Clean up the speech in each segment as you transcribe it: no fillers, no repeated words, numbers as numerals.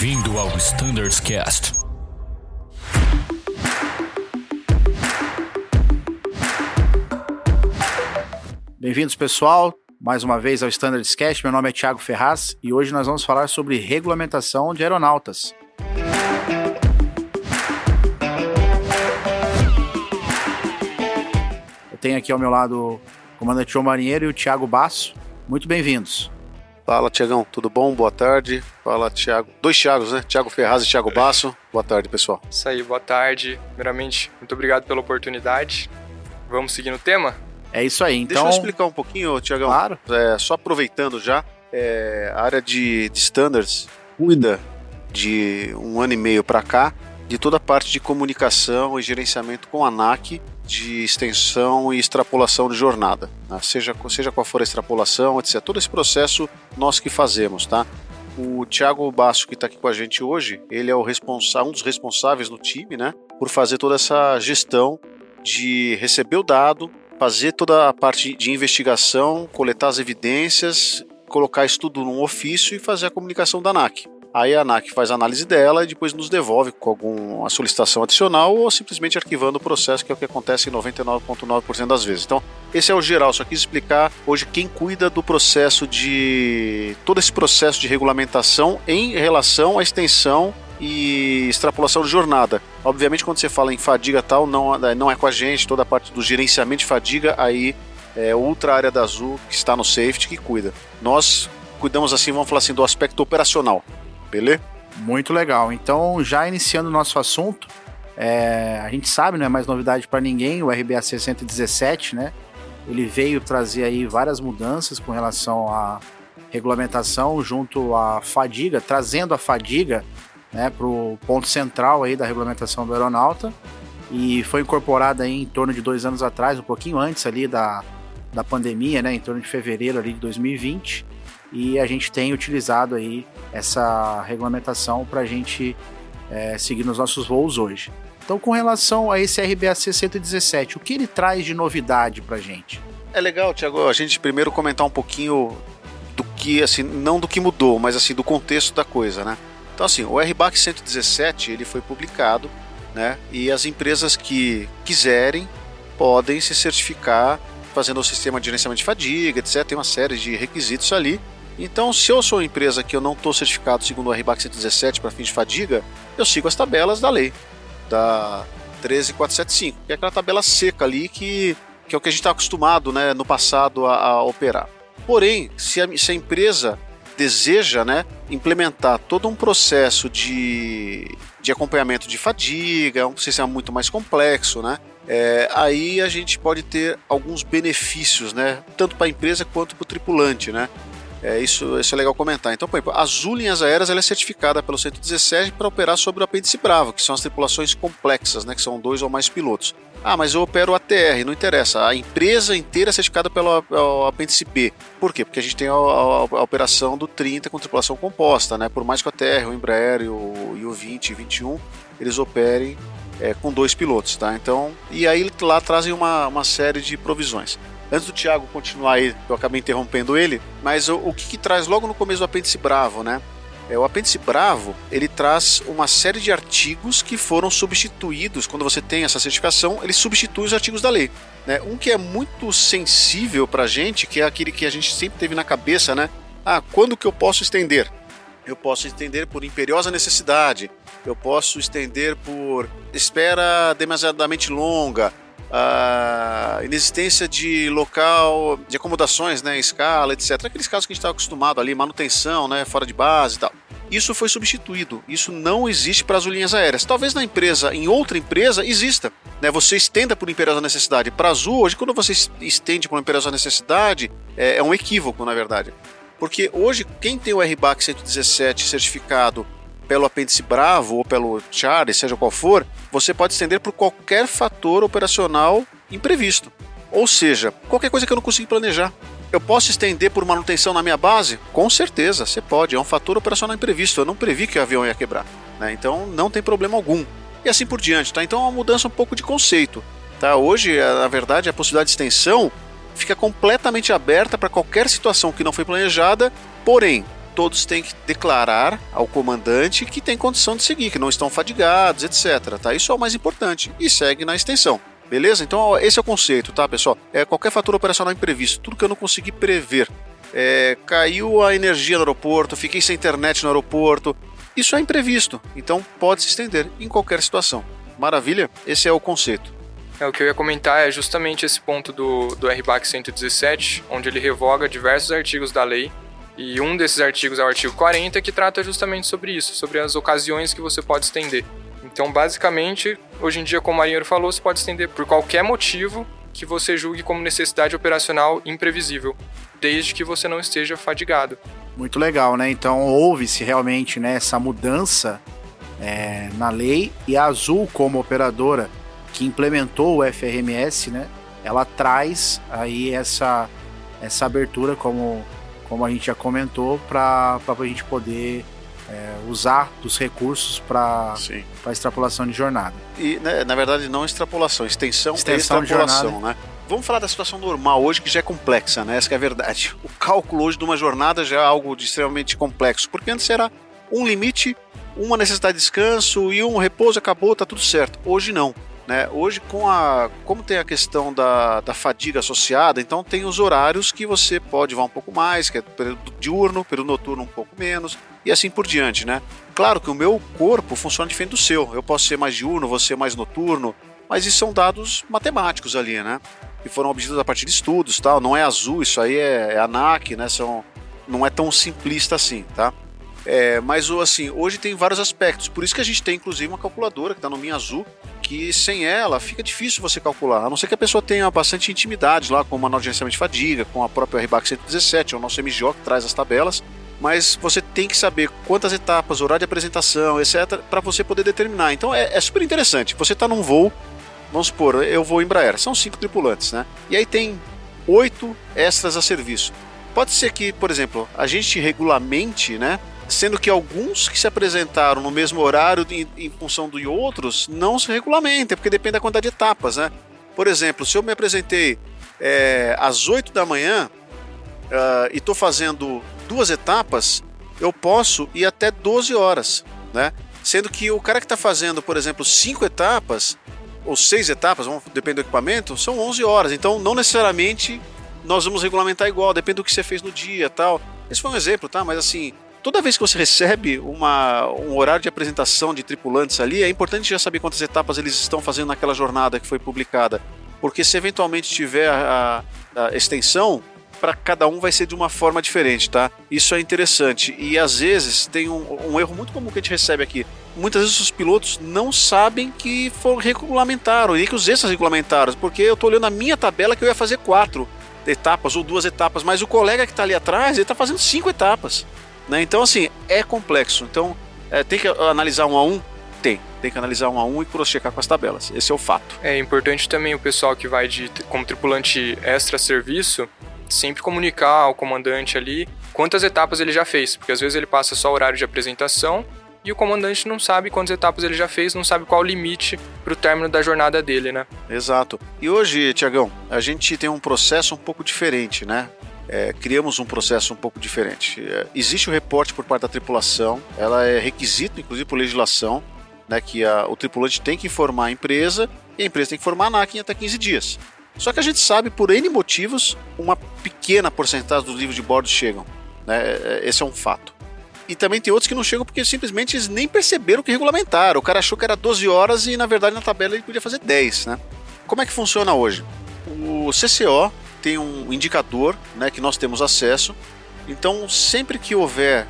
Bem-vindo ao Standards Cast. Bem-vindos, pessoal, mais uma vez ao Standards Cast. Meu nome é Thiago Ferraz e hoje nós vamos falar sobre regulamentação de aeronautas. Eu tenho aqui ao meu lado o comandante João Marinheiro e o Thiago Basso. Muito bem-vindos. Fala, Thiagão, tudo bom? Boa tarde. Fala, Thiago. Dois Thiagos, né? Thiago Ferraz e Thiago Basso. Boa tarde, pessoal. Isso aí, boa tarde. Primeiramente, muito obrigado pela oportunidade. Vamos seguir no tema? É isso aí, então... Deixa eu explicar um pouquinho, Thiagão. Claro. Só aproveitando já, a área de standards cuida de 1 ano e meio para cá de toda a parte de comunicação e gerenciamento com a ANAC de extensão e extrapolação de jornada, né? seja qual for a extrapolação, etc. Todo esse processo nós que fazemos, tá? O Thiago Basso, que está aqui com a gente hoje, ele é um dos responsáveis no time, né, por fazer toda essa gestão de receber o dado, fazer toda a parte de investigação, coletar as evidências, colocar isso tudo num ofício e fazer a comunicação da ANAC. Aí a ANAC faz a análise dela e depois nos devolve com alguma solicitação adicional ou simplesmente arquivando o processo, que é o que acontece em 99,9% das vezes. Então, esse é o geral. Só quis explicar hoje quem cuida do processo de... todo esse processo de regulamentação em relação à extensão e extrapolação de jornada. Obviamente, quando você fala em fadiga tal, não é com a gente, toda a parte do gerenciamento de fadiga, aí é outra área da Azul que está no safety que cuida. Nós cuidamos assim, vamos falar assim, do aspecto operacional. Beleza? Muito legal. Então, já iniciando o nosso assunto, a gente sabe, não é mais novidade para ninguém, o RBAC 117, né? Ele veio trazer aí várias mudanças com relação à regulamentação junto à fadiga, trazendo a fadiga, né, para o ponto central aí da regulamentação do aeronauta, e foi incorporada aí em torno de 2 anos atrás, um pouquinho antes ali da pandemia, né, em torno de fevereiro ali de 2020, e a gente tem utilizado aí essa regulamentação para a gente seguir nos nossos voos hoje. Então, com relação a esse RBAC 117, o que ele traz de novidade para a gente? É legal, Thiago, a gente primeiro comentar um pouquinho do que, assim, não do que mudou, mas assim, do contexto da coisa, né? Então, assim, o RBAC 117, ele foi publicado, né? E as empresas que quiserem podem se certificar fazendo o sistema de gerenciamento de fadiga, etc. Tem uma série de requisitos ali. Então, se eu sou uma empresa que eu não estou certificado segundo o RBAC 117 para fins de fadiga, eu sigo as tabelas da lei, da 13475, que é aquela tabela seca ali que é o que a gente está acostumado, né, no passado a operar. Porém, se a empresa deseja, né, implementar todo um processo de acompanhamento de fadiga, um sistema muito mais complexo, né, aí a gente pode ter alguns benefícios, né, tanto para a empresa quanto para o tripulante, né. Isso é legal comentar. Então, por exemplo, a Azul Linhas Aéreas ela é certificada pelo 117 para operar sobre o apêndice Bravo, que são as tripulações complexas, né, que são 2 ou mais pilotos. Ah, mas eu opero ATR, não interessa. A empresa inteira é certificada pelo apêndice B. Por quê? Porque a gente tem a operação do 30 com tripulação composta, né? Por mais que o ATR, o Embraer e o 20 e 21 eles operem com 2 pilotos, tá? Então, e aí lá trazem uma série de provisões. Antes do Thiago continuar aí, eu acabei interrompendo ele, mas o que traz logo no começo do apêndice Bravo, né? O apêndice Bravo, ele traz uma série de artigos que foram substituídos, quando você tem essa certificação, ele substitui os artigos da lei, né? Um que é muito sensível pra gente, que é aquele que a gente sempre teve na cabeça, né? Ah, quando que eu posso estender? Eu posso estender por imperiosa necessidade, eu posso estender por espera demasiadamente longa, a inexistência de local de acomodações, né, escala, etc. Aqueles casos que a gente está acostumado ali, manutenção, né, fora de base e tal. Isso foi substituído. Isso não existe para as linhas aéreas. Talvez na empresa, em outra empresa, exista, né? Você estenda por imperiosa necessidade. Para a Azul, hoje, quando você estende por imperiosa necessidade, é um equívoco, na verdade. Porque hoje, quem tem o RBAC 117 certificado pelo apêndice Bravo ou pelo Charlie, seja qual for, você pode estender por qualquer fator operacional imprevisto. Ou seja, qualquer coisa que eu não consigo planejar. Eu posso estender por manutenção na minha base? Com certeza, você pode. É um fator operacional imprevisto. Eu não previ que o avião ia quebrar, né? Então não tem problema algum. E assim por diante, tá? Então é uma mudança um pouco de conceito, tá? Hoje, na verdade, a possibilidade de extensão fica completamente aberta para qualquer situação que não foi planejada, porém, todos têm que declarar ao comandante que tem condição de seguir, que não estão fadigados, etc. Tá? Isso é o mais importante. E segue na extensão. Beleza? Então esse é o conceito, tá, pessoal? Qualquer fator operacional imprevisto, tudo que eu não consegui prever. Caiu a energia no aeroporto, fiquei sem internet no aeroporto. Isso é imprevisto. Então pode se estender em qualquer situação. Maravilha? Esse é o conceito. O que eu ia comentar é justamente esse ponto do RBAC 117, onde ele revoga diversos artigos da lei, e um desses artigos é o artigo 40, que trata justamente sobre isso, sobre as ocasiões que você pode estender. Então, basicamente, hoje em dia, como o marinheiro falou, você pode estender por qualquer motivo que você julgue como necessidade operacional imprevisível, desde que você não esteja fadigado. Muito legal, né? Então, houve-se realmente, né, essa mudança na lei, e a Azul, como operadora que implementou o FRMS, né, ela traz aí essa abertura, como a gente já comentou, para a gente poder usar dos recursos para extrapolação de jornada. E, né, na verdade, não extrapolação, extensão e extrapolação, né? Vamos falar da situação normal hoje, que já é complexa, né? Essa que é a verdade. O cálculo hoje de uma jornada já é algo de extremamente complexo, porque antes era um limite, uma necessidade de descanso e um repouso, acabou, tá tudo certo. Hoje não. Né? Hoje, como tem a questão da fadiga associada, então tem os horários que você pode voar um pouco mais, que é período diurno, período noturno um pouco menos, e assim por diante, né? Claro que o meu corpo funciona diferente do seu. Eu posso ser mais diurno, você mais noturno, mas isso são dados matemáticos ali, né? Que foram obtidos a partir de estudos, tal. Não é Azul, isso aí é ANAC, né? Não é tão simplista assim, tá? Mas assim, hoje tem vários aspectos, por isso que a gente tem inclusive uma calculadora que está no Minha Azul, que sem ela fica difícil você calcular, a não ser que a pessoa tenha bastante intimidade lá com o manual de gerenciamento de fadiga, com a própria RBAC 117, é o nosso MGO que traz as tabelas, mas você tem que saber quantas etapas, horário de apresentação, etc, para você poder determinar. Então é super interessante. Você está num voo, vamos supor, eu vou Embraer, são 5 tripulantes, né? E aí tem 8 extras a serviço. Pode ser que, por exemplo, a gente regulamente, né, sendo que alguns que se apresentaram no mesmo horário em função de outros não se regulamentem, porque depende da quantidade de etapas, né? Por exemplo, se eu me apresentei às 8 da manhã e estou fazendo 2 etapas, eu posso ir até 12 horas, né? Sendo que o cara que está fazendo, por exemplo, 5 etapas ou 6 etapas, depende do equipamento, são 11 horas. Então, não necessariamente nós vamos regulamentar igual, depende do que você fez no dia e tal. Esse foi um exemplo, tá? Mas assim, toda vez que você recebe um horário de apresentação de tripulantes ali, é importante já saber quantas etapas eles estão fazendo naquela jornada que foi publicada. Porque se eventualmente tiver a extensão, para cada um vai ser de uma forma diferente, tá? Isso é interessante. E às vezes tem um erro muito comum que a gente recebe aqui. Muitas vezes os pilotos não sabem que regulamentaram, e que os extras regulamentaram, porque eu estou olhando a minha tabela que eu ia fazer 4 etapas ou 2 etapas, mas o colega que está ali atrás, ele está fazendo 5 etapas. Né? Então, assim, é complexo. Então, tem que analisar um a um? Tem que analisar um a um e cross-checar com as tabelas. Esse é o fato. É importante também o pessoal que vai como tripulante extra-serviço sempre comunicar ao comandante ali quantas etapas ele já fez, porque às vezes ele passa só o horário de apresentação e o comandante não sabe quantas etapas ele já fez, não sabe qual o limite para o término da jornada dele, né? Exato. E hoje, Tiagão, a gente tem um processo um pouco diferente, né? Criamos um processo um pouco diferente. Existe o reporte por parte da tripulação, ela é requisito, inclusive por legislação, né, que o tripulante tem que informar a empresa e a empresa tem que informar a ANAC em até 15 dias. Só que a gente sabe, por N motivos, uma pequena porcentagem dos livros de bordo chegam. Né? Esse é um fato. E também tem outros que não chegam porque simplesmente eles nem perceberam que regulamentaram. O cara achou que era 12 horas e, na verdade, na tabela ele podia fazer 10. Né? Como é que funciona hoje? O CCO tem um indicador, né, que nós temos acesso. Então, sempre que houver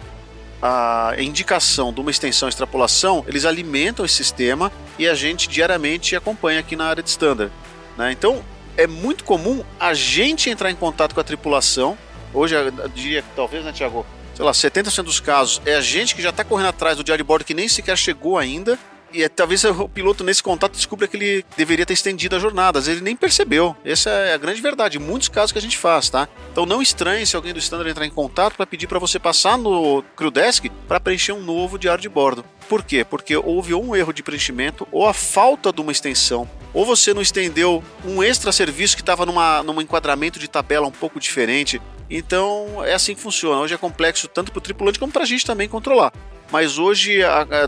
a indicação de uma extensão extrapolação, eles alimentam esse sistema e a gente diariamente acompanha aqui na área de standard. Né? Então, é muito comum a gente entrar em contato com a tripulação. Hoje, diria que talvez, né, Thiago? Sei lá, 70% dos casos é a gente que já está correndo atrás do diário de bordo que nem sequer chegou ainda. E talvez o piloto nesse contato descubra que ele deveria ter estendido a jornada. Às vezes ele nem percebeu. Essa é a grande verdade. Muitos casos que a gente faz, tá? Então não estranhe se alguém do standard entrar em contato para pedir para você passar no Crew Desk para preencher um novo diário de bordo. Por quê? Porque houve ou um erro de preenchimento ou a falta de uma extensão. Ou você não estendeu um extra serviço que estava num enquadramento de tabela um pouco diferente. Então é assim que funciona. Hoje é complexo tanto para o tripulante como para a gente também controlar. Mas hoje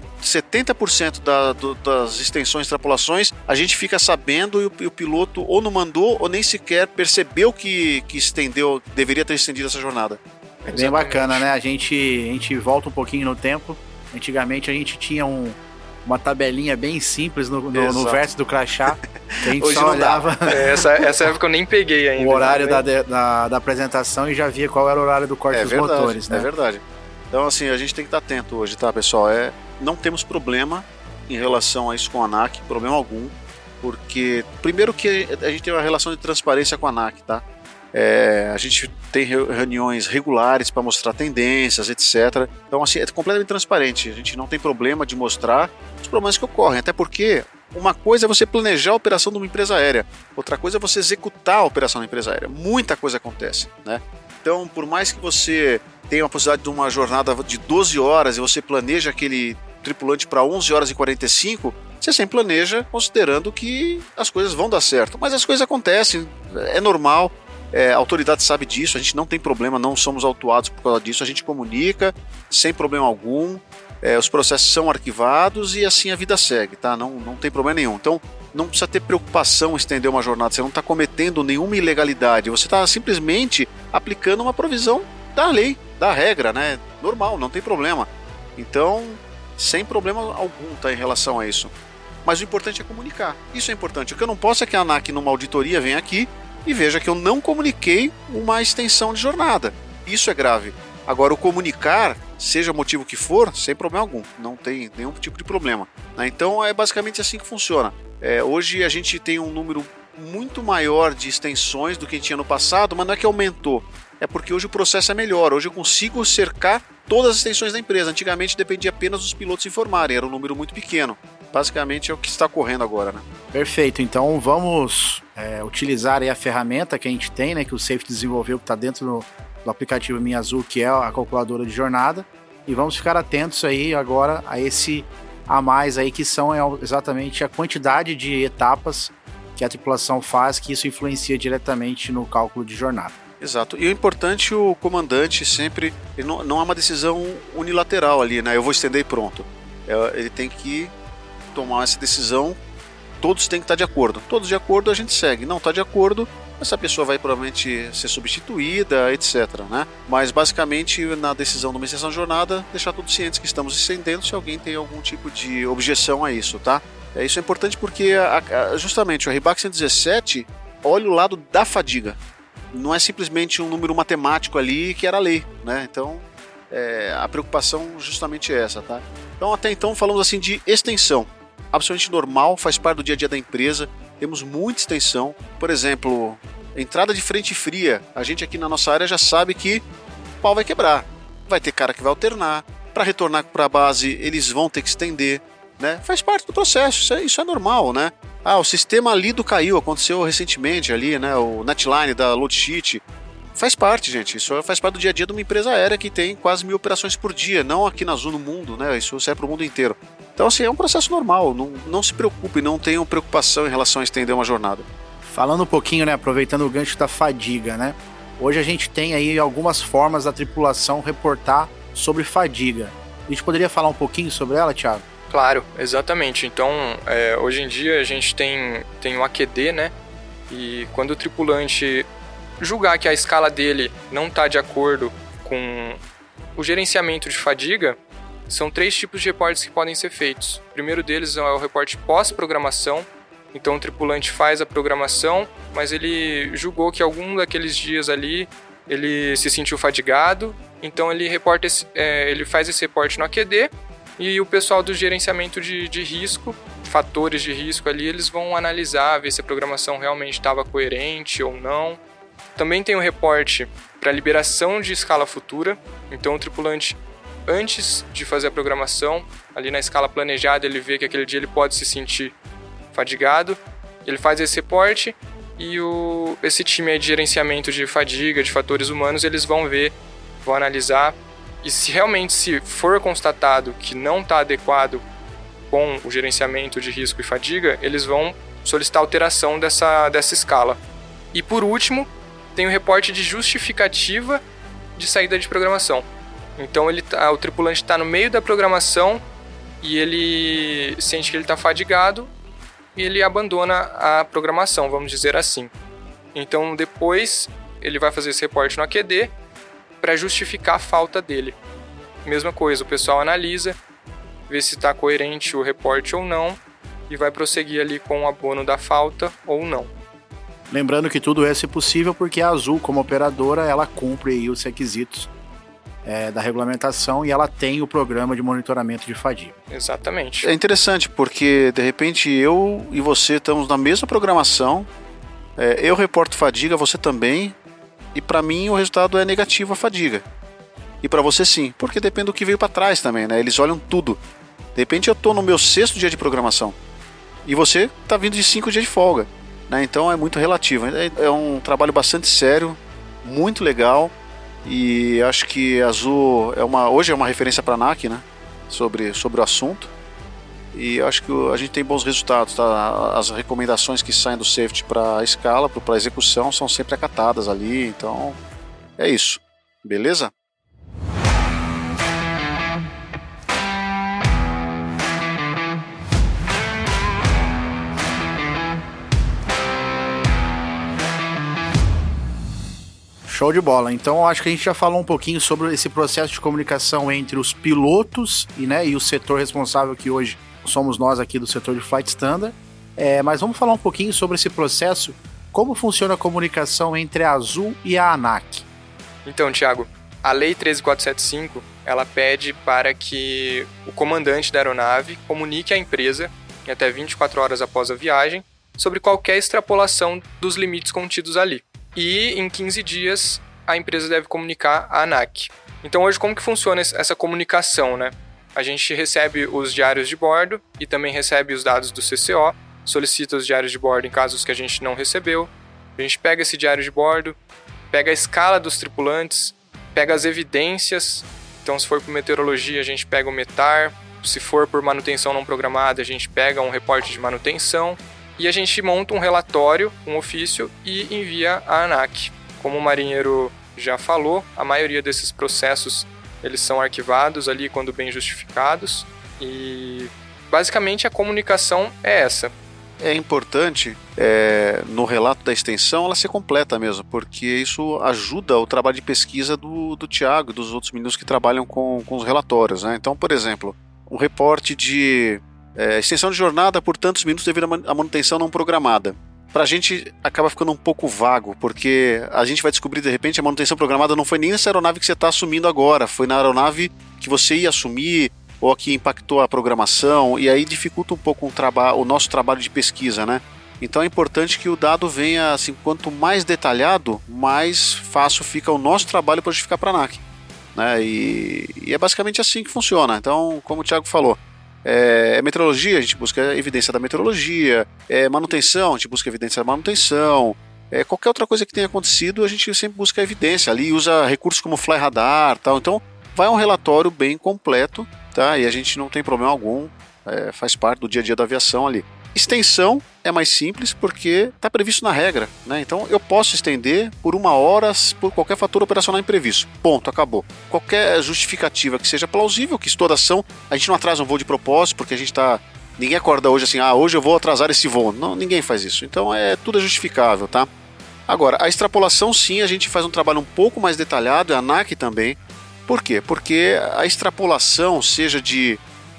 70% das extensões, tripulações, a gente fica sabendo e o piloto ou não mandou ou nem sequer percebeu que estendeu, deveria ter estendido essa jornada. É bem bacana, né? A gente volta um pouquinho no tempo. Antigamente a gente tinha uma tabelinha bem simples no verso do crachá, que a gente hoje só olhava essa época eu nem peguei ainda. o horário da apresentação e já via qual era o horário do corte dos motores, né? É verdade. Então, assim, a gente tem que estar atento hoje, tá, pessoal? Não temos problema em relação a isso com a ANAC, problema algum, porque, primeiro que a gente tem uma relação de transparência com a ANAC, tá? A gente tem reuniões regulares para mostrar tendências, etc. Então, assim, é completamente transparente. A gente não tem problema de mostrar os problemas que ocorrem, até porque uma coisa é você planejar a operação de uma empresa aérea, outra coisa é você executar a operação da empresa aérea. Muita coisa acontece, né? Então, por mais que você tenha a possibilidade de uma jornada de 12 horas e você planeja aquele tripulante para 11 horas e 45, você sempre planeja considerando que as coisas vão dar certo. Mas as coisas acontecem, é normal, a autoridade sabe disso, a gente não tem problema, não somos autuados por causa disso, a gente comunica sem problema algum, os processos são arquivados e assim a vida segue, tá? Não tem problema nenhum. Então, não precisa ter preocupação em estender uma jornada, você não está cometendo nenhuma ilegalidade, você está simplesmente aplicando uma provisão da lei, da regra, né? Normal, não tem problema. Então, sem problema algum, tá, em relação a isso. Mas o importante é comunicar, isso é importante. O que eu não posso é que a ANAC, numa auditoria, venha aqui e veja que eu não comuniquei uma extensão de jornada. Isso é grave. Agora, o comunicar, seja o motivo que for, sem problema algum, não tem nenhum tipo de problema, né? Então, é basicamente assim que funciona. Hoje a gente tem um número muito maior de extensões do que tinha no passado, mas não é que aumentou, é porque hoje o processo é melhor, hoje eu consigo cercar todas as extensões da empresa. Antigamente dependia apenas dos pilotos informarem, era um número muito pequeno. Basicamente é o que está ocorrendo agora, né? Perfeito, então vamos utilizar aí a ferramenta que a gente tem, né, que o Safety desenvolveu, que está dentro do aplicativo Minha Azul, que é a calculadora de jornada, e vamos ficar atentos aí agora a esse a mais aí, que são exatamente a quantidade de etapas que a tripulação faz, que isso influencia diretamente no cálculo de jornada. Exato, e o importante, o comandante sempre, não é uma decisão unilateral ali, né, eu vou estender e pronto. Ele tem que tomar essa decisão, todos têm que estar de acordo. Todos de acordo a gente segue, não está de acordo, essa pessoa vai provavelmente ser substituída, etc, né? Mas basicamente na decisão de uma extensão de jornada, deixar todos cientes que estamos estendendo se alguém tem algum tipo de objeção a isso, tá? Isso é importante porque justamente o RBAC 117 olha o lado da fadiga. Não é simplesmente um número matemático ali que era lei, né? Então a preocupação justamente é essa, tá? Então até então falamos assim de extensão, absolutamente normal, faz parte do dia a dia da empresa. Temos muita extensão, por exemplo, entrada de frente fria. A gente aqui na nossa área já sabe que o pau vai quebrar, vai ter cara que vai alternar, para retornar para a base eles vão ter que estender, né? Faz parte do processo, isso é normal, né? O sistema Lido caiu, aconteceu recentemente ali, né? O Netline da Load Sheet. Faz parte, gente, isso faz parte do dia a dia de uma empresa aérea que tem quase 1000 operações por dia, não aqui na Azul, no mundo, né? Isso serve para o mundo inteiro. Então, assim, é um processo normal, não se preocupe, não tenham preocupação em relação a estender uma jornada. Falando um pouquinho, né, aproveitando o gancho da fadiga, né? Hoje a gente tem aí algumas formas da tripulação reportar sobre fadiga. A gente poderia falar um pouquinho sobre ela, Thiago? Claro, exatamente. Então, hoje em dia a gente tem um AQD, né? E quando o tripulante julgar que a escala dele não está de acordo com o gerenciamento de fadiga, são 3 tipos de reportes que podem ser feitos. O primeiro deles é o reporte pós-programação. Então o tripulante faz a programação, mas ele julgou que algum daqueles dias ali ele se sentiu fadigado, então ele faz esse reporte no AQD, e o pessoal do gerenciamento de risco, fatores de risco ali, eles vão analisar, ver se a programação realmente estava coerente ou não. Também tem o reporte para liberação de escala futura, então o tripulante, antes de fazer a programação, ali na escala planejada, ele vê que aquele dia ele pode se sentir fadigado, ele faz esse reporte, e esse time aí de gerenciamento de fadiga, de fatores humanos, eles vão analisar, e se realmente for constatado que não está adequado com o gerenciamento de risco e fadiga, eles vão solicitar alteração dessa escala. E por último, tem o reporte de justificativa de saída de programação. Então o tripulante está no meio da programação e ele sente que ele está fadigado e ele abandona a programação, vamos dizer assim. Então depois ele vai fazer esse reporte no AQD para justificar a falta dele. Mesma coisa, o pessoal analisa, vê se está coerente o reporte ou não e vai prosseguir ali com o abono da falta ou não. Lembrando que tudo isso é possível porque a Azul, como operadora, ela cumpre aí os requisitos da regulamentação e ela tem o programa de monitoramento de fadiga. Exatamente. É interessante porque, de repente, eu e você estamos na mesma programação, eu reporto fadiga, você também, e para mim o resultado é negativo a fadiga. E para você sim, porque depende do que veio para trás também, né? Eles olham tudo. De repente eu tô no meu 6º dia de programação e você tá vindo de 5 dias de folga, né? Então é muito relativo. É um trabalho bastante sério, muito legal, e acho que a Azul hoje é uma referência para a ANAC, né? Sobre o assunto. E acho que a gente tem bons resultados, tá? As recomendações que saem do safety para a escala, para a execução, são sempre acatadas ali. Então é isso, beleza? Show de bola. Então, eu acho que a gente já falou um pouquinho sobre esse processo de comunicação entre os pilotos e o setor responsável, que hoje somos nós aqui do setor de Flight Standard. Mas vamos falar um pouquinho sobre esse processo, como funciona a comunicação entre a Azul e a ANAC. Então, Thiago, a Lei 13475, ela pede para que o comandante da aeronave comunique à empresa, em até 24 horas após a viagem, sobre qualquer extrapolação dos limites contidos ali. E em 15 dias a empresa deve comunicar à ANAC. Então hoje como que funciona essa comunicação, né? A gente recebe os diários de bordo e também recebe os dados do CCO, solicita os diários de bordo em casos que a gente não recebeu. A gente pega esse diário de bordo, pega a escala dos tripulantes, pega as evidências. Então se for por meteorologia a gente pega o METAR, se for por manutenção não programada a gente pega um reporte de manutenção. E a gente monta um relatório, um ofício e envia à ANAC. Como o marinheiro já falou, a maioria desses processos eles são arquivados ali quando bem justificados. E basicamente a comunicação é essa. É importante, no relato da extensão, ela ser completa mesmo, porque isso ajuda o trabalho de pesquisa do Thiago e dos outros meninos que trabalham com os relatórios, né? Então, por exemplo, um reporte de extensão de jornada por tantos minutos devido à manutenção não programada. Pra gente acaba ficando um pouco vago, porque a gente vai descobrir de repente a manutenção programada não foi nem nessa aeronave que você está assumindo agora, foi na aeronave que você ia assumir ou a que impactou a programação, e aí dificulta um pouco o nosso trabalho de pesquisa, né? Então é importante que o dado venha, assim, quanto mais detalhado, mais fácil fica o nosso trabalho para justificar para a ANAC, né? E é basicamente assim que funciona. Então, como o Thiago falou, meteorologia, a gente busca evidência da meteorologia, manutenção, a gente busca evidência da manutenção, qualquer outra coisa que tenha acontecido, a gente sempre busca evidência ali, usa recursos como Fly Radar, tal. Então vai um relatório bem completo, tá? E a gente não tem problema algum, faz parte do dia a dia da aviação ali. Extensão é mais simples porque está previsto na regra, né? Então eu posso estender por 1 hora por qualquer fator operacional imprevisto. Ponto, acabou. Qualquer justificativa que seja plausível, que toda ação, a gente não atrasa um voo de propósito porque a gente está... Ninguém acorda hoje assim, hoje eu vou atrasar esse voo. Não, ninguém faz isso. Então tudo é justificável, tá? Agora, a extrapolação sim, a gente faz um trabalho um pouco mais detalhado, a ANAC também. Por quê? Porque a extrapolação, seja de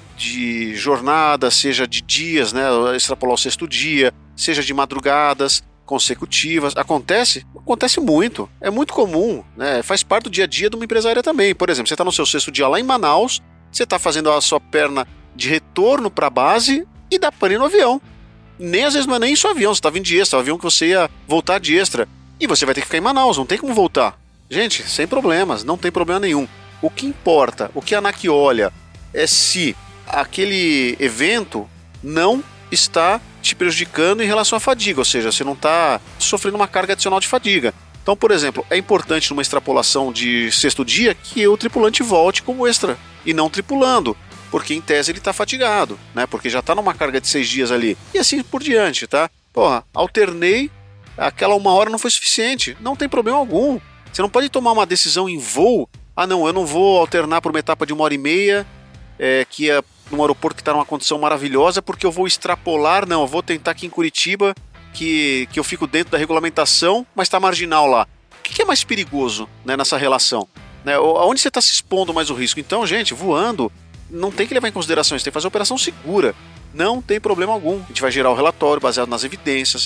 jornada, seja de dias, né, extrapolar o 6º dia, seja de madrugadas consecutivas, acontece muito, é muito comum, né, faz parte do dia a dia de uma empresa aérea também. Por exemplo, você está no seu 6º dia lá em Manaus, você está fazendo a sua perna de retorno para a base e dá pane no avião. Nem às vezes não é nem só avião, você está vindo de extra, o avião que você ia voltar de extra, e você vai ter que ficar em Manaus, não tem como voltar. Gente, sem problemas, não tem problema nenhum. O que importa, o que a ANAC olha é se aquele evento não está te prejudicando em relação à fadiga, ou seja, você não está sofrendo uma carga adicional de fadiga. Então, por exemplo, é importante numa extrapolação de 6º dia que o tripulante volte como extra e não tripulando, porque em tese ele está fatigado, né? Porque já está numa carga de 6 dias ali e assim por diante, tá? Alternei aquela 1 hora não foi suficiente. Não tem problema algum. Você não pode tomar uma decisão em voo. Ah, não, eu não vou alternar por uma etapa de 1h30, que é num aeroporto que está numa condição maravilhosa, porque eu vou extrapolar. Não, eu vou tentar aqui em Curitiba, que eu fico dentro da regulamentação, mas está marginal lá. O que é mais perigoso, né, nessa relação? Né, onde você está se expondo mais o risco? Então, gente, voando, não tem que levar em consideração isso, tem que fazer a operação segura. Não tem problema algum. A gente vai gerar o relatório baseado nas evidências,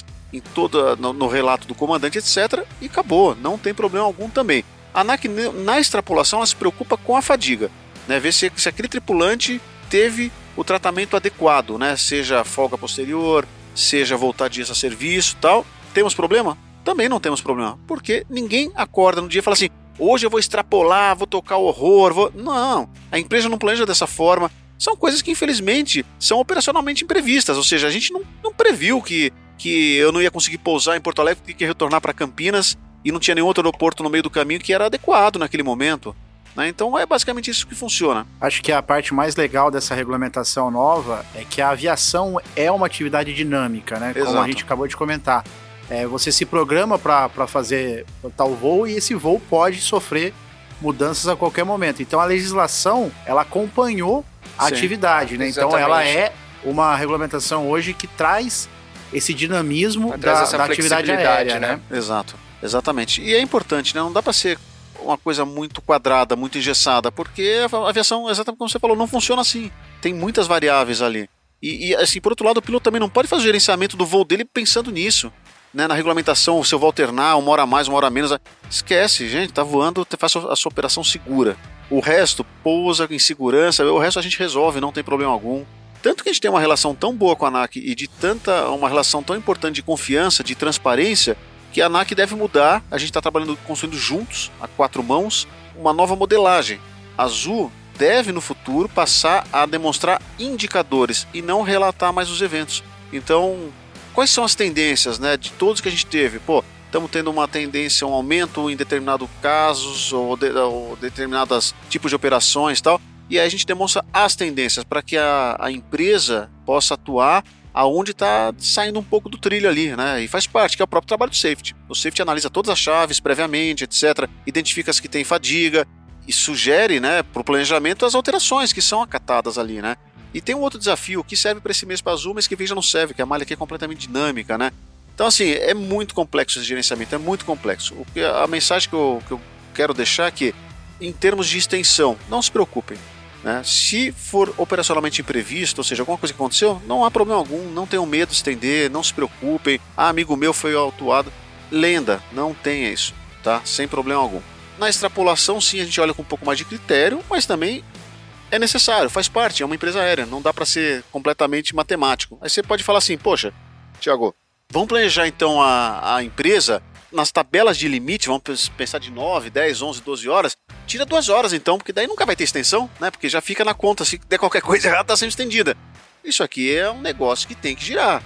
no relato do comandante, etc. E acabou. Não tem problema algum também. A ANAC, na extrapolação, ela se preocupa com a fadiga, né? Ver se aquele tripulante teve o tratamento adequado, né? Seja folga posterior, seja voltar dias a serviço e tal. Temos problema? Também não temos problema. Porque ninguém acorda no dia e fala assim: hoje eu vou extrapolar, vou tocar o horror. Não, a empresa não planeja dessa forma. São coisas que, infelizmente, são operacionalmente imprevistas. Ou seja, a gente não previu que eu não ia conseguir pousar em Porto Alegre, que ia retornar para Campinas e não tinha nenhum outro aeroporto no meio do caminho que era adequado naquele momento. Né? Então é basicamente isso que funciona. Acho que a parte mais legal dessa regulamentação nova é que a aviação é uma atividade dinâmica, né? Exato. Como a gente acabou de comentar. Você se programa para fazer tal voo e esse voo pode sofrer mudanças a qualquer momento. Então a legislação, ela acompanhou a atividade, né? Então ela é uma regulamentação hoje que traz esse dinamismo da atividade aérea, né? Exato, exatamente. E é importante, né? Não dá para ser uma coisa muito quadrada, muito engessada, porque a aviação, exatamente como você falou, não funciona assim. Tem muitas variáveis ali. E assim, por outro lado, o piloto também não pode fazer o gerenciamento do voo dele pensando nisso. Né? Na regulamentação, se eu vou alternar, 1 hora mais, 1 hora menos, esquece, gente, tá voando, faz a sua operação segura. O resto, pousa em segurança, o resto a gente resolve, não tem problema algum. Tanto que a gente tem uma relação tão boa com a ANAC e uma relação tão importante de confiança, de transparência, que a ANAC deve mudar. A gente está construindo juntos, a 4 mãos, uma nova modelagem. A Azul deve, no futuro, passar a demonstrar indicadores e não relatar mais os eventos. Então, quais são as tendências, né, de todos que a gente teve? Estamos tendo uma tendência, um aumento em determinados casos ou determinados tipos de operações e tal. E aí a gente demonstra as tendências para que a empresa possa atuar aonde está saindo um pouco do trilho ali, né? E faz parte, que é o próprio trabalho do safety. O safety analisa todas as chaves previamente, etc. Identifica as que tem fadiga e sugere, né, para o planejamento as alterações que são acatadas ali, né? E tem um outro desafio que serve para esse mês para Azul, mas que já não serve, que a malha aqui é completamente dinâmica, né? Então, assim, é muito complexo esse gerenciamento, é muito complexo. A mensagem que eu quero deixar é que, em termos de extensão, não se preocupem. Né? Se for operacionalmente imprevisto, ou seja, alguma coisa que aconteceu, não há problema algum, não tenham medo de estender, não se preocupem. Amigo meu foi autuado. Lenda, não tenha isso, tá? Sem problema algum. Na extrapolação, sim, a gente olha com um pouco mais de critério, mas também é necessário, faz parte, é uma empresa aérea, não dá para ser completamente matemático. Aí você pode falar assim: poxa, Thiago, vamos planejar então a empresa nas tabelas de limite, vamos pensar de 9, 10, 11, 12 horas, tira 2 horas então, porque daí nunca vai ter extensão, né? Porque já fica na conta, se der qualquer coisa errada, está sendo estendida. Isso aqui é um negócio que tem que girar.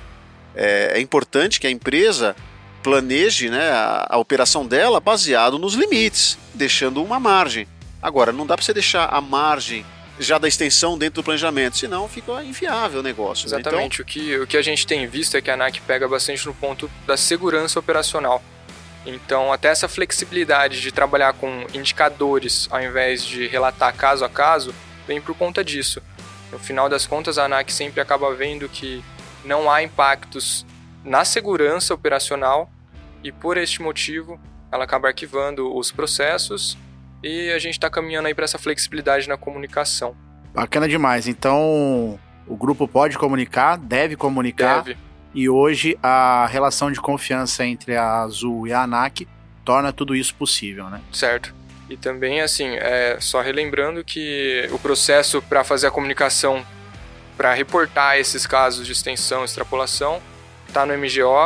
É importante que a empresa planeje, né, a operação dela baseado nos limites, deixando uma margem. Agora, não dá para você deixar a margem já da extensão dentro do planejamento, senão fica inviável o negócio. Exatamente, né? Então, o que a gente tem visto é que a ANAC pega bastante no ponto da segurança operacional. Então, até essa flexibilidade de trabalhar com indicadores ao invés de relatar caso a caso, vem por conta disso. No final das contas, a ANAC sempre acaba vendo que não há impactos na segurança operacional e, por este motivo, ela acaba arquivando os processos e a gente está caminhando aí para essa flexibilidade na comunicação. Bacana demais. Então, o grupo pode comunicar, deve comunicar. Deve. E hoje a relação de confiança entre a Azul e a ANAC torna tudo isso possível, né? Certo. E também, assim, só relembrando que o processo para fazer a comunicação, para reportar esses casos de extensão e extrapolação, está no MGO.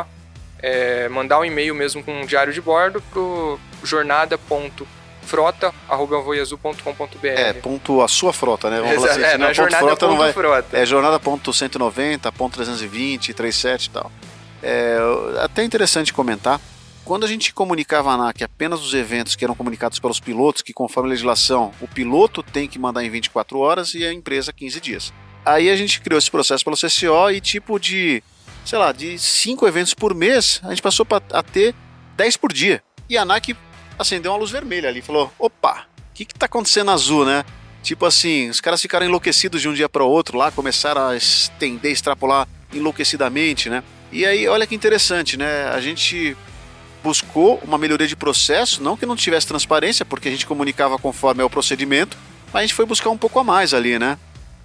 Mandar um e-mail mesmo com um diário de bordo para o jornada.frota@voiazul.com.br. Ponto a sua frota, né? Vamos Exato, assim, não é jornada.frota. É jornada.190.320, 37 e tal. Até interessante comentar. Quando a gente comunicava a ANAC apenas os eventos que eram comunicados pelos pilotos, que conforme a legislação, o piloto tem que mandar em 24 horas e a empresa 15 dias. Aí a gente criou esse processo pelo CCO e tipo de sei lá, de 5 eventos por mês, a gente passou a ter 10 por dia. E a ANAC acendeu uma luz vermelha ali, falou, opa, o que tá acontecendo na Azul, né? Tipo assim, os caras ficaram enlouquecidos de um dia para o outro lá, começaram a estender, extrapolar enlouquecidamente, né? E aí, olha que interessante, né? A gente buscou uma melhoria de processo, não que não tivesse transparência, porque a gente comunicava conforme é o procedimento, mas a gente foi buscar um pouco a mais ali, né?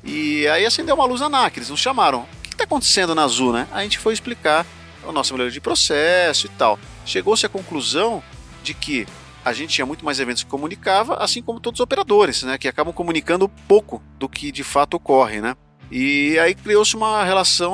E aí acendeu uma luz na ANAC, eles nos chamaram. O que está acontecendo na Azul, né? A gente foi explicar a nossa melhoria de processo e tal. Chegou-se à conclusão de que a gente tinha muito mais eventos que comunicava, assim como todos os operadores, né? Que acabam comunicando pouco do que de fato ocorre, né? E aí criou-se uma relação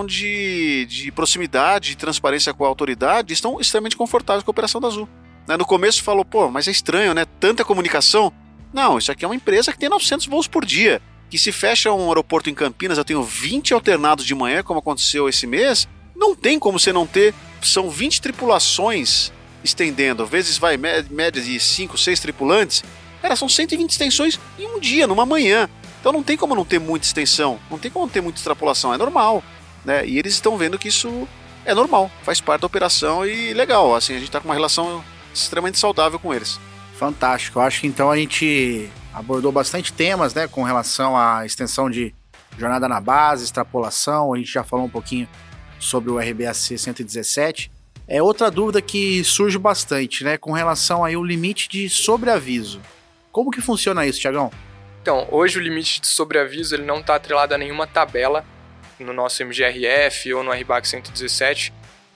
de proximidade, de transparência com a autoridade, e estão extremamente confortáveis com a operação da Azul. Né? No começo falou, pô, mas é estranho, né? Tanta comunicação. Não, isso aqui é uma empresa que tem 900 voos por dia, que se fecha um aeroporto em Campinas, eu tenho 20 alternados de manhã, como aconteceu esse mês, não tem como você não ter, são 20 tripulações estendendo, às vezes vai média de 5, 6 tripulantes, são 120 extensões em um dia, numa manhã. Então não tem como não ter muita extensão, não tem como não ter muita extrapolação, é normal, né? E eles estão vendo que isso é normal, faz parte da operação e legal, assim, a gente está com uma relação extremamente saudável com eles. Fantástico, eu acho que então a gente abordou bastante temas, né, com relação à extensão de jornada na base, extrapolação, a gente já falou um pouquinho sobre o RBAC 117. É outra dúvida que surge bastante, né, com relação aí ao limite de sobreaviso. Como que funciona isso, Thiagão? Então, hoje o limite de sobreaviso ele não está atrelado a nenhuma tabela no nosso MGRF ou no RBAC 117,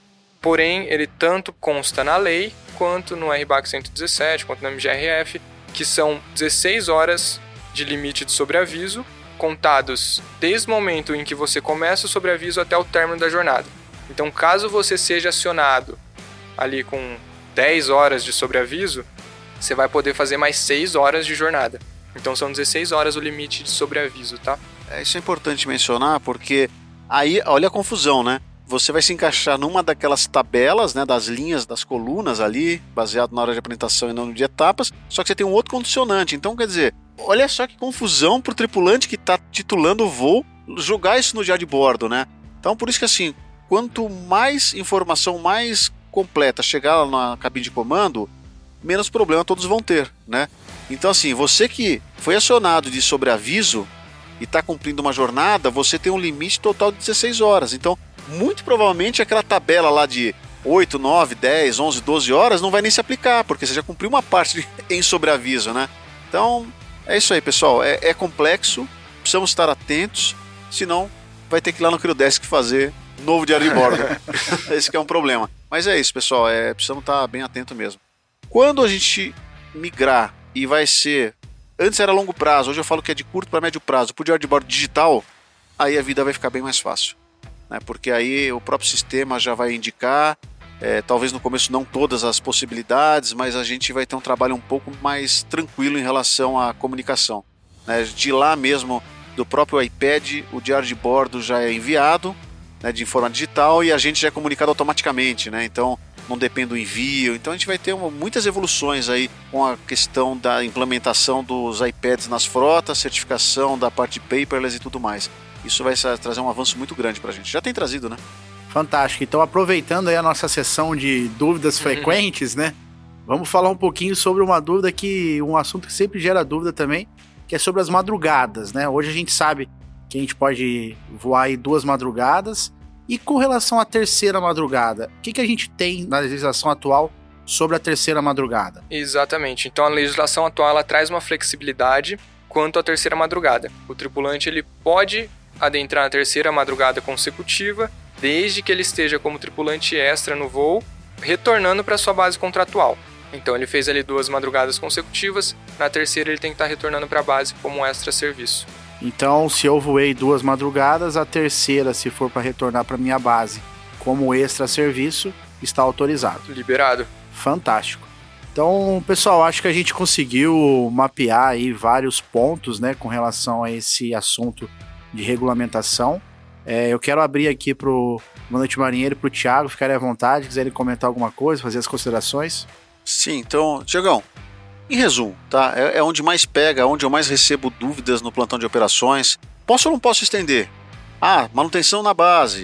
porém ele tanto consta na lei quanto no RBAC 117, quanto no MGRF, que são 16 horas de limite de sobreaviso, contados desde o momento em que você começa o sobreaviso até o término da jornada. Então, caso você seja acionado ali com 10 horas de sobreaviso, você vai poder fazer mais 6 horas de jornada. Então são 16 horas o limite de sobreaviso, tá? Isso é importante mencionar, porque aí, olha a confusão, né? Você vai se encaixar numa daquelas tabelas, né, das linhas, das colunas ali, baseado na hora de apresentação e não de etapas, só que você tem um outro condicionante. Então, quer dizer, olha só que confusão pro tripulante que está titulando o voo jogar isso no diário de bordo, né? Então, por isso que assim, quanto mais informação mais completa chegar lá na cabine de comando, menos problema todos vão ter, né? Então assim, você que foi acionado de sobreaviso e está cumprindo uma jornada, você tem um limite total de 16 horas. Então, muito provavelmente aquela tabela lá de 8, 9, 10, 11, 12 horas não vai nem se aplicar, porque você já cumpriu uma parte em sobreaviso, né? Então, é isso aí, pessoal. É complexo, precisamos estar atentos, senão vai ter que ir lá no Criodesk fazer novo diário de bordo. Esse que é um problema. Mas é isso, pessoal, precisamos estar bem atento mesmo. Quando a gente migrar e vai ser, antes era longo prazo, hoje eu falo que é de curto para médio prazo, para o diário de bordo digital, aí a vida vai ficar bem mais fácil, né? Porque aí o próprio sistema já vai indicar, talvez no começo não todas as possibilidades, mas a gente vai ter um trabalho um pouco mais tranquilo em relação à comunicação, né? De lá mesmo, do próprio iPad, o diário de bordo já é enviado, né, de forma digital, e a gente já é comunicado automaticamente, né? Então não depende do envio. Então a gente vai ter muitas evoluções aí com a questão da implementação dos iPads nas frotas, certificação da parte de paperless e tudo mais. Isso vai trazer um avanço muito grande pra gente. Já tem trazido, né? Fantástico. Então, aproveitando aí a nossa sessão de dúvidas frequentes, né? Vamos falar um pouquinho sobre uma dúvida um assunto que sempre gera dúvida também, que é sobre as madrugadas, né? Hoje a gente sabe que a gente pode voar aí 2 madrugadas. E com relação à terceira madrugada, o que a gente tem na legislação atual sobre a terceira madrugada? Exatamente. Então a legislação atual ela traz uma flexibilidade quanto à terceira madrugada. O tripulante ele pode adentrar na terceira madrugada consecutiva, desde que ele esteja como tripulante extra no voo, retornando para sua base contratual. Então ele fez ali 2 madrugadas consecutivas, na terceira ele tem que estar retornando para a base como extra serviço. Então, se eu voei 2 madrugadas, a terceira, se for para retornar para minha base como extra serviço, está autorizado. Liberado. Fantástico. Então, pessoal, acho que a gente conseguiu mapear aí vários pontos, né, com relação a esse assunto de regulamentação. Eu quero abrir aqui pro Comandante Marinheiro e pro Thiago ficarem à vontade, quiserem comentar alguma coisa, fazer as considerações. Sim, então, Tiagão, em resumo, tá? É onde mais pega, onde eu mais recebo dúvidas no plantão de operações. Posso ou não posso estender? Manutenção na base.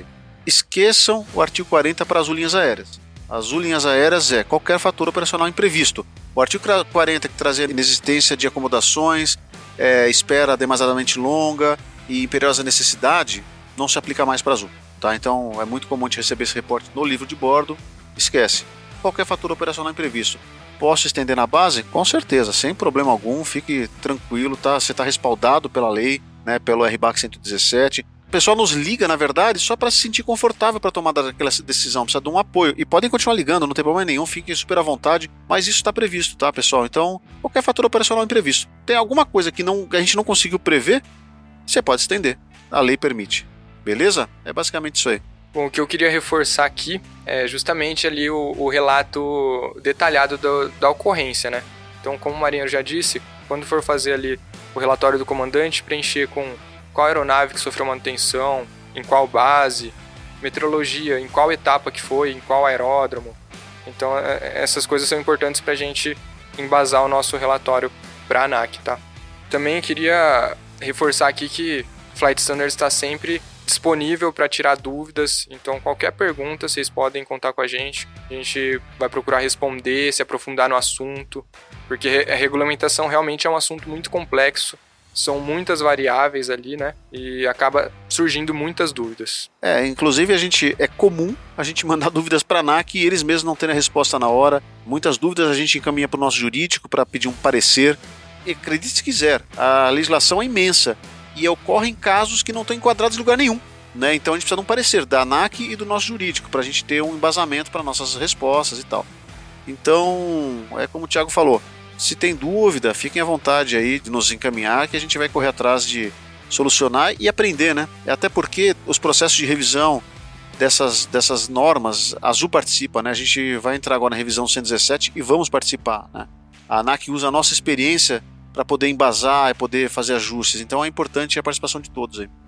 esqueçam o artigo 40 para azul linhas aéreas. Azul linhas aéreas é qualquer fator operacional imprevisto. O artigo 40 que trazia inexistência de acomodações, espera demasiadamente longa e imperiosa necessidade, não se aplica mais para azul. Tá? Então é muito comum a gente receber esse reporte no livro de bordo. Esquece. Qualquer fator operacional imprevisto. Posso estender na base? Com certeza, sem problema algum, fique tranquilo, tá? Você está respaldado pela lei, né, pelo RBAC 117. O pessoal nos liga, na verdade, só para se sentir confortável para tomar aquela decisão, precisa de um apoio. E podem continuar ligando, não tem problema nenhum, fiquem super à vontade, mas isso está previsto, tá, pessoal? Então, qualquer fator operacional imprevisto. Tem alguma coisa que a gente não conseguiu prever, você pode estender. A lei permite. Beleza? É basicamente isso aí. Bom, o que eu queria reforçar aqui é justamente ali o relato detalhado da ocorrência, né? Então, como o marinheiro já disse, quando for fazer ali o relatório do comandante, preencher com qual aeronave que sofreu manutenção, em qual base, meteorologia, em qual etapa que foi, em qual aeródromo. Então, essas coisas são importantes para a gente embasar o nosso relatório para a ANAC, tá? Também queria reforçar aqui que Flight Standards está sempre disponível para tirar dúvidas, então qualquer pergunta vocês podem contar com a gente vai procurar responder, se aprofundar no assunto, porque a regulamentação realmente é um assunto muito complexo, são muitas variáveis ali, né, e acaba surgindo muitas dúvidas. Inclusive é comum a gente mandar dúvidas para a ANAC e eles mesmos não terem a resposta na hora, muitas dúvidas a gente encaminha para o nosso jurídico para pedir um parecer, e acredite se quiser, a legislação é imensa, e ocorrem casos que não estão enquadrados em lugar nenhum, né? Então a gente precisa de um parecer da ANAC e do nosso jurídico para a gente ter um embasamento para nossas respostas e tal. Então, é como o Thiago falou, se tem dúvida, fiquem à vontade aí de nos encaminhar que a gente vai correr atrás de solucionar e aprender, né? Até porque os processos de revisão dessas normas, a Azul participa, né? A gente vai entrar agora na revisão 117 e vamos participar, né? A ANAC usa a nossa experiência para poder embasar e poder fazer ajustes. Então é importante a participação de todos aí.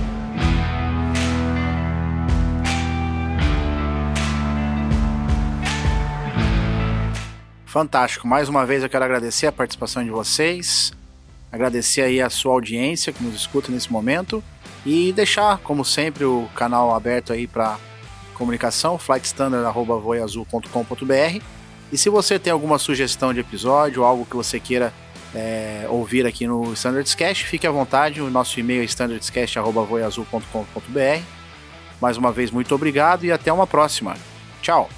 Fantástico. Mais uma vez eu quero agradecer a participação de vocês, agradecer aí a sua audiência que nos escuta nesse momento e deixar, como sempre, o canal aberto aí para comunicação, flightstandard@voiazul.com.br. E se você tem alguma sugestão de episódio, algo que você queira ouvir aqui no StandardsCast, fique à vontade, o nosso e-mail é standardscast@voiazul.com.br. Mais uma vez, muito obrigado e até uma próxima. Tchau!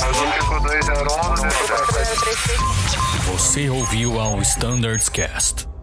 Você ouviu ao StandardsCast.